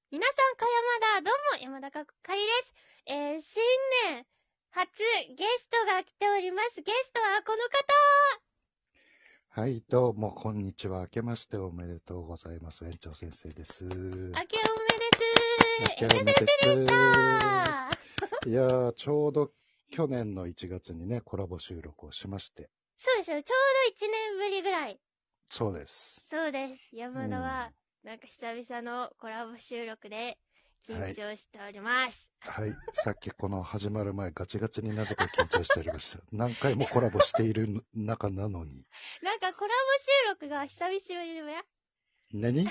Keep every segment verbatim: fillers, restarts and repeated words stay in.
皆さん、かやまだ。どうも、山田かかりです。えー、新年初ゲストが来ております。ゲストはこの方。はい、どうも、こんにちは。明けましておめでとうございます。園長先生です。明けおめです。 です。園長先生でした。いやー、ちょうど去年のいちがつにね、コラボ収録をしまして。 そうですよ。ちょうどいちねんぶりぐらい。 そうです。 そうです。山田は、うん、なんか久々のコラボ収録で緊張しております。 はい。はい、さっきこの始まる前、ガチガチになぜか緊張しておりました。何回もコラボしている中なのに。 なんかコラボ収録が久々ぶりでもや何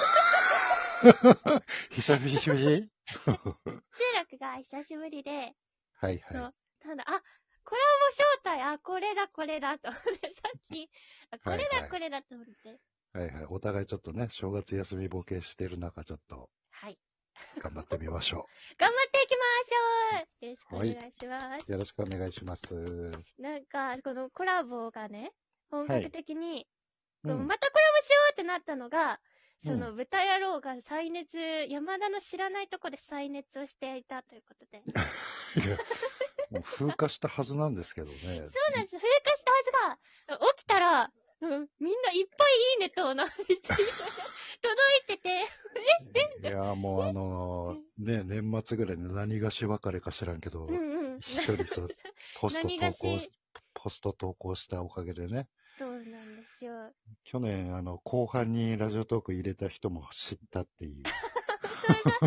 久々ぶり収録が久しぶりで。 はいはい。 ただ、あ、コラボ招待、あ、これだこれだと思って、さっき、あ、これだ、はいはい、これだと思って。 はいはい。お互いちょっとね、正月休みボケしてる中、ちょっと。 はい。 頑張ってみましょう。頑張っていきましょう。よろしくお願いします。はい、 よろしくお願いします。 なんか、このコラボがね、本格的に、はいうん、またコラボしようってなったのが、その、豚野郎が再熱、うん、山田の知らないとこで再熱をしていたということで。 いや、もう風化したはずなんですけどね。そうなんです。風化したはずが、起きたら、うん、みんないっぱいいいねとな、届いてて。 いや、もうあのー、ね、年末ぐらいに何がし別れか知らんけど、うんうん、一人さ、ポスト投稿し、ポスト投稿したおかげでね。 そうなんですよ。 去年、あの、後半にラジオトーク入れた人も知ったっていう。 それが、知らなかったは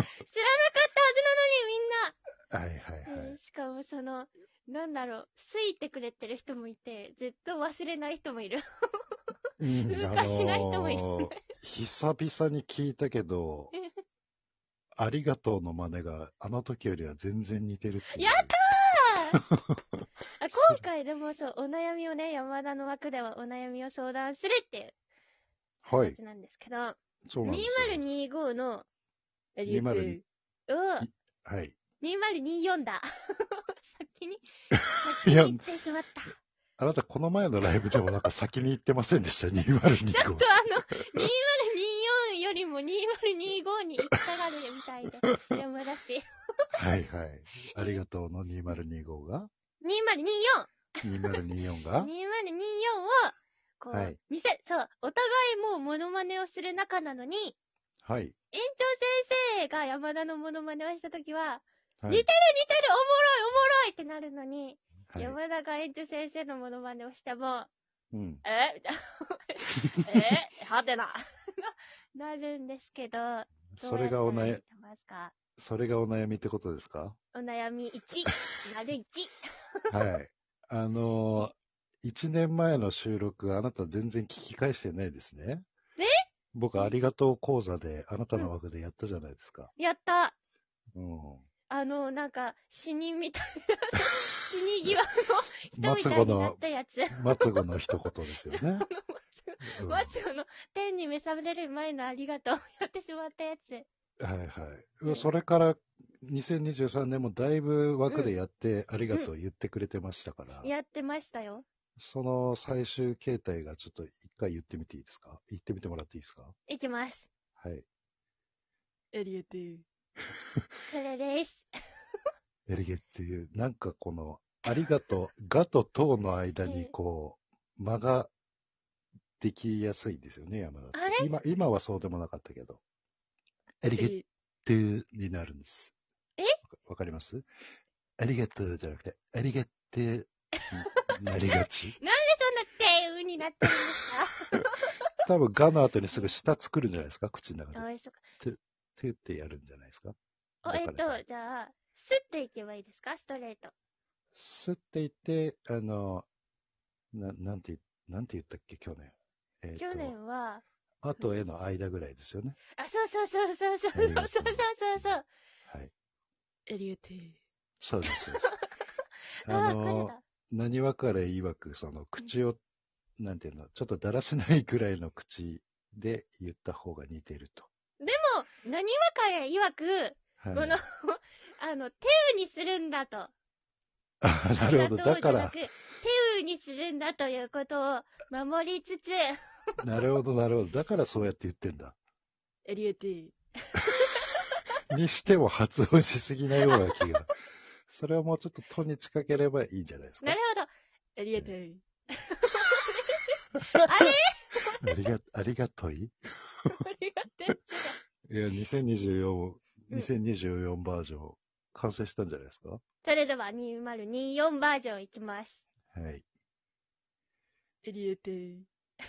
ずなのにみんな。はいはいはい。 えー、しかもその、なんだろう、好いてくれてる人もいて、ずっと忘れない人もいる。 うん、 風化しない人もいる、ね、 あのー、久々に聞いたけど、ありがとうの真似があの時よりは全然似てるっていう。 やったーあ今回でもそう、お悩みをね、山田の枠ではお悩みを相談するっていう形なんですけど、はい、そうなんですよ。にせんにじゅうごの、 にせんにじゅうを、 はい。 にせんにじゅうよんだ。先に、先に言ってしまった。 あなたこの前のライブでもなんか先に言ってませんでした、にせんにじゅうご。 ちょっとあの、にせんにじゅうよんよりもにせんにじゅうごに行きたがるみたいで、山田氏。 はいはい。ありがとうのにせんにじゅうごがにせんにじゅうよんにせんにじゅうよんがにせんにじゅうよんを、こう、はい、見せ、そう、お互いもうモノマネをする仲なのに、 はい。 園長先生が山田のモノマネをしたときは、はい、似てる似てるおもろいおもろいってなるのに、はい、山田が園長先生のモノマネをしても、うん、えみたいな。えはてな。なるんですけど、 それがお悩み、それがお悩みってことですか？ お悩みいち、なるいち。 はい。あのー、いちねんまえの収録、あなた全然聞き返してないですね。 え僕、ありがとう講座で、あなたの枠でやったじゃないですか。 うん、やった。 うん。 あの、なんか、死人みたいな、死に際の人みたいになったやつ。 末語の一言ですよね。 末語の天に召される前のありがとうやってしまったやつ。 はいはい。それからにせんにじゅうさんねんもだいぶ枠でやってありがとう言ってくれてましたから。 うんうん、やってましたよ。 その最終形態がちょっと一回言ってみていいですか？言ってみてもらっていいですか？ いきます。 はい。 ありがとう。これです。 ありがとう。なんかこの、ありがとう、がととの間にこう、間ができやすいんですよね、山田って。 あれ今、今はそうでもなかったけど。ありがとうになるんです。 えわかります？ありがとうじゃなくて、ありがとうなりがち。 なんでそんなてうになってるんですか？ 多分、がの後にすぐ舌作るんじゃないですか、口の中で。 あ、そっか。 て、てってやるんじゃないですか。 えっと、じゃあ、スッていけばいいですか？ストレート。 スっていって、あの、な、なんて、なんて言ったっけ、去年。えー、 去年は、 あとへの間ぐらいですよね。 あ、そうそうそうそうそう、そうそうそうそう。 はい。 ありがとう。 そうです、そうです。あの、何わかれ曰く、その、口を、うん、なんていうの、ちょっとだらしないぐらいの口で言った方が似てると。 でも、何わかれ曰く、はい、この、あの、手うにするんだと。 あ、なるほど。だから。 手うにするんだということを守りつつ。 なるほど、なるほど。だからそうやって言ってんだ。 ありがとう。 にしても発音しすぎないような気が。それをもうちょっととに近ければいいんじゃないですか。 なるほど。ありがとう。 あれありが、ありがといありがとう。 いや、にせんにじゅうよん、にせんにじゅうよんバージョン、完成したんじゃないですか。 それではにせんにじゅうよんバージョンいきます。 はい。 ありがとう。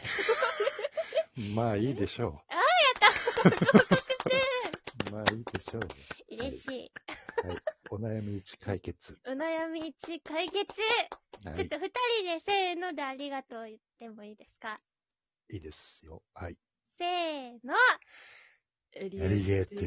まあいいでしょう。ああ、やった合格点まあいいでしょう。 嬉しい。 はい。お悩みいち解決。 お悩みいち解決。はい、ちょっと二人でせーのでありがとう言ってもいいですか？ いいですよ。はい。 せーの。 ありがとう。なんか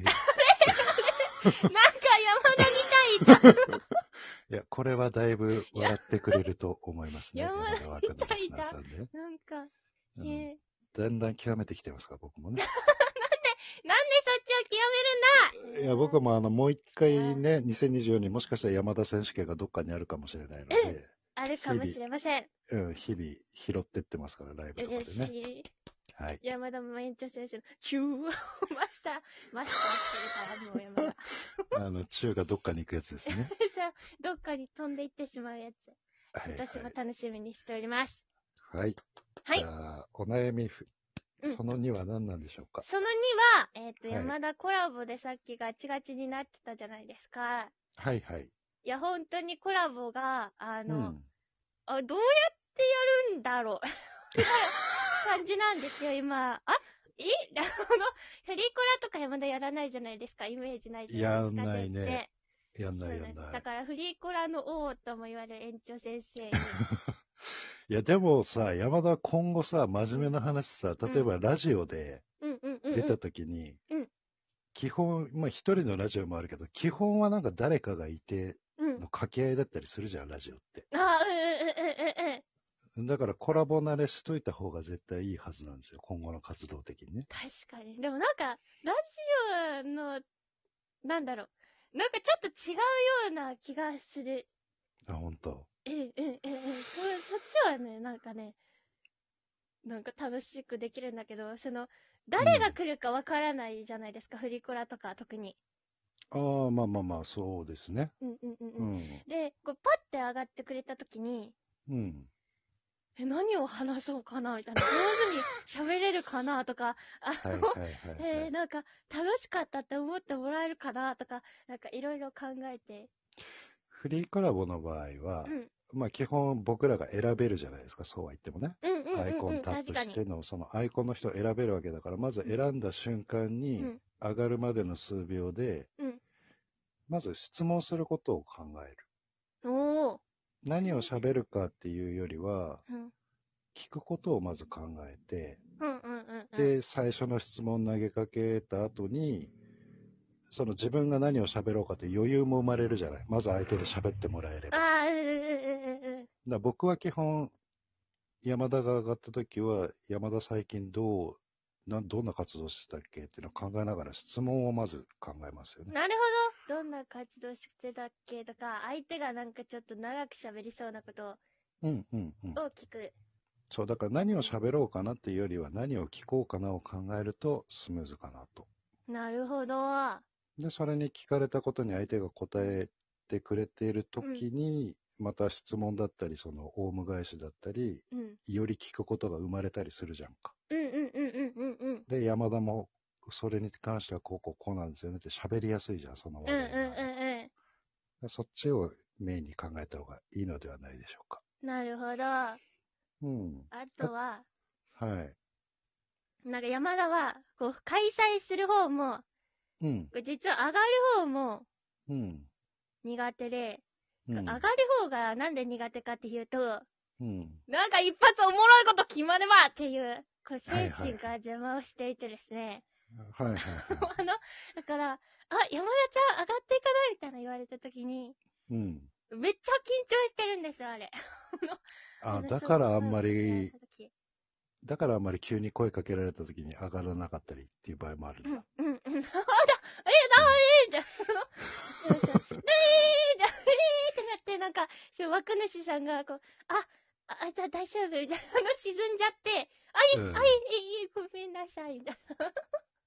山田みたいだ。 いや、これはだいぶ笑ってくれると思いますね。 山田枠のリスナーさんで。 なんか、 うん、だんだん極めてきてますか、僕もね。 なんで、なんでそっちを極めるんだ。 いや、僕もあの、もう一回ね、にせんにじゅうよんにもしかしたら山田選手権がどっかにあるかもしれないので。うん、 あるかもしれません。 うん、日々拾ってってますから、ライブとかでね。 嬉しい。はい。山田も園長先生の、チューマスター、マスターしてるから、もう山田。あの、チューがどっかに行くやつですね。 そう、どっかに飛んでいってしまうやつ。はい、私も楽しみにしております。 はい。はい。じゃあ、お悩み、そのには何なんでしょうか。 うん、そのには、えっと、はい、山田コラボでさっきガチガチになってたじゃないですか。 はいはい。 いや、本当にコラボが、あの、うん、あ、どうやってやるんだろう。感じなんですよ、今。あえあの、フリーコラとか山田やらないじゃないですか、イメージないじゃないですか。 やんないね。やんないやんない。 だからフリーコラの王とも言われる園長先生に。 いや、でもさ、山田今後さ、真面目な話さ、例えばラジオで出た時に、基本、まあ一人のラジオもあるけど、基本はなんか誰かがいての掛け合いだったりするじゃん、ラジオって。 ああ、うんうんうんうん。 だからコラボ慣れしといた方が絶対いいはずなんですよ。今後の活動的にね。 確かに。でもなんか、ラジオの、なんだろう。なんかちょっと違うような気がする。 あ、ほんと。 ええ、ええ、ええ、そ、そっちはね、なんかね、なんか楽しくできるんだけど、その、誰が来るかわからないじゃないですか、うん、フリコラとか特に。 ああ、まあまあまあ、そうですね。 うんうんうんうん。うん、で、こう、パッて上がってくれたときに、うん。え、何を話そうかなみたいな。上手に喋れるかなとか、あの、はいはいはいはい、えー、なんか、楽しかったって思ってもらえるかなとか、なんかいろいろ考えて。 フリーコラボの場合は、うん、まあ基本僕らが選べるじゃないですか、そうは言ってもね。うんうんうんうん、アイコンタップしての、そのアイコンの人を選べるわけだから、まず選んだ瞬間に、上がるまでの数秒で、うん、まず質問することを考える。おー。何を喋るかっていうよりは、うん、聞くことをまず考えて、うんうんうんうん、で、最初の質問投げかけた後に、その自分が何を喋ろうかって余裕も生まれるじゃない。まず相手に喋ってもらえれば。あうんうんうんうん。だ僕は基本、山田が上がった時は、山田最近どう、などんな活動してたっけっていうのを考えながら質問をまず考えますよね。なるほど。どんな活動してたっけとか、相手がなんかちょっと長く喋りそうなことを、うんうんうん、を聞く。そう、だから何を喋ろうかなっていうよりは何を聞こうかなを考えるとスムーズかなと。なるほど。で、それに聞かれたことに相手が答えてくれているときに、うん、また質問だったり、その、オウム返しだったり、うん、より聞くことが生まれたりするじゃんか。うんうんうんうんうんうん。で、山田も、それに関してはこうこうこうなんですよねって喋りやすいじゃん、その話題が。うんうんうんうん。そっちをメインに考えた方がいいのではないでしょうか。なるほど。うん。あとは、はい。なんか山田は、こう、開催する方も、うん。実は上がる方も、うん。苦手で、うん、上がる方がなんで苦手かっていうと、うん。なんか一発おもろいこと決まればっていう、こう、精神が邪魔をしていてですね。はいはい、はい。あの、だから、あ、山田ちゃん上がっていかないみたいな言われたときに、うん。めっちゃ緊張してるんですよ、あれ。あ、だからあんまり、だからあんまり急に声かけられた時に上がらなかったりっていう場合もあるんだ。うん、うん、うん。あだ、え、だめーじゃん。そうそう。だめーじゃん、えーってなって、なんか、そう、枠主さんが、こう、あ、あ、じゃあ大丈夫みたいな、あの、沈んじゃって、あい、うん、あい、いい、ごめんなさい、みたいな。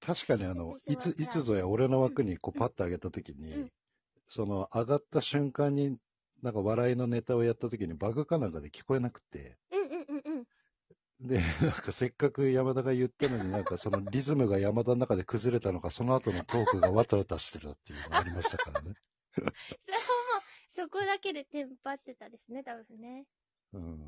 確かにあの、いつ、いつぞや俺の枠にこうパッと上げたときに、うん、その上がった瞬間に、なんか笑いのネタをやったときにバグかなんかで聞こえなくて、 うんうんうんうん。 で、なんかせっかく山田が言ったのになんかそのリズムが山田の中で崩れたのか、その後のトークがわたわたしてたっていうのがありましたからね。 それはもう、そこだけでテンパってたですね、多分ね。 うん、うん、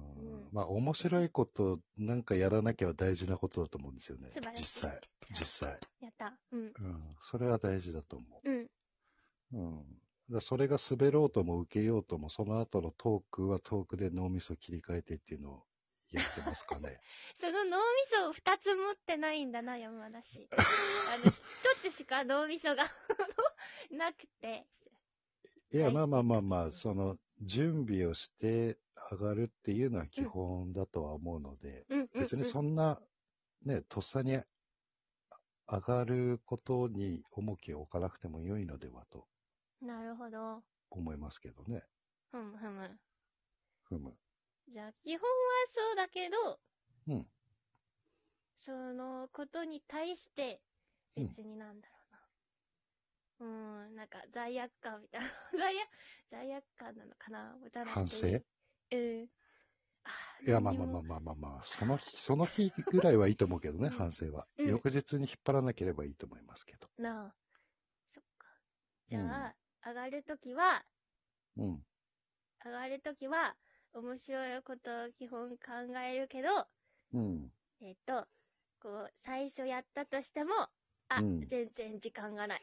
まあ面白いことなんかやらなきゃ大事なことだと思うんですよね。実際。実際。 やった。うん。うん。 それは大事だと思う。うん。 うん。だそれが滑ろうとも受けようとも、その後のトークはトークで脳みそ切り替えてっていうのをやってますかね。 その脳みそを二つ持ってないんだな、山田氏。あの、一つしか脳みそがなくて。 いや、まあまあまあまあ、その、準備をして上がるっていうのは基本だとは思うので、うん、別にそんな、ね、とっさに上がることに重きを置かなくても良いのではと。 なるほど。 思いますけどね。 ふむふむ。 ふむ。 じゃあ、基本はそうだけど、 うん。 そのことに対して、別になんだろうな。うん、ーん、なんか罪悪感みたいな。罪悪、罪悪感なのかなじゃなくて。 反省うん。 いや、まあまあまあまあまあまあ、その日、その日ぐらいはいいと思うけどね、うん、反省は、うん。翌日に引っ張らなければいいと思いますけど。 なあ。そっか。じゃあ、うん、上がるときは、 うん。 上がるときは、面白いことを基本考えるけど、 うん。 えっと、こう、最初やったとしても、あ、うん、全然時間がない。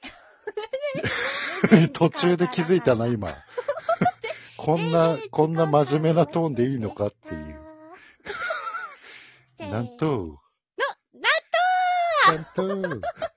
途中で気づいたな、今。こんな、こんな真面目なトーンでいいのかっていう。なんと。 の、なんとなんと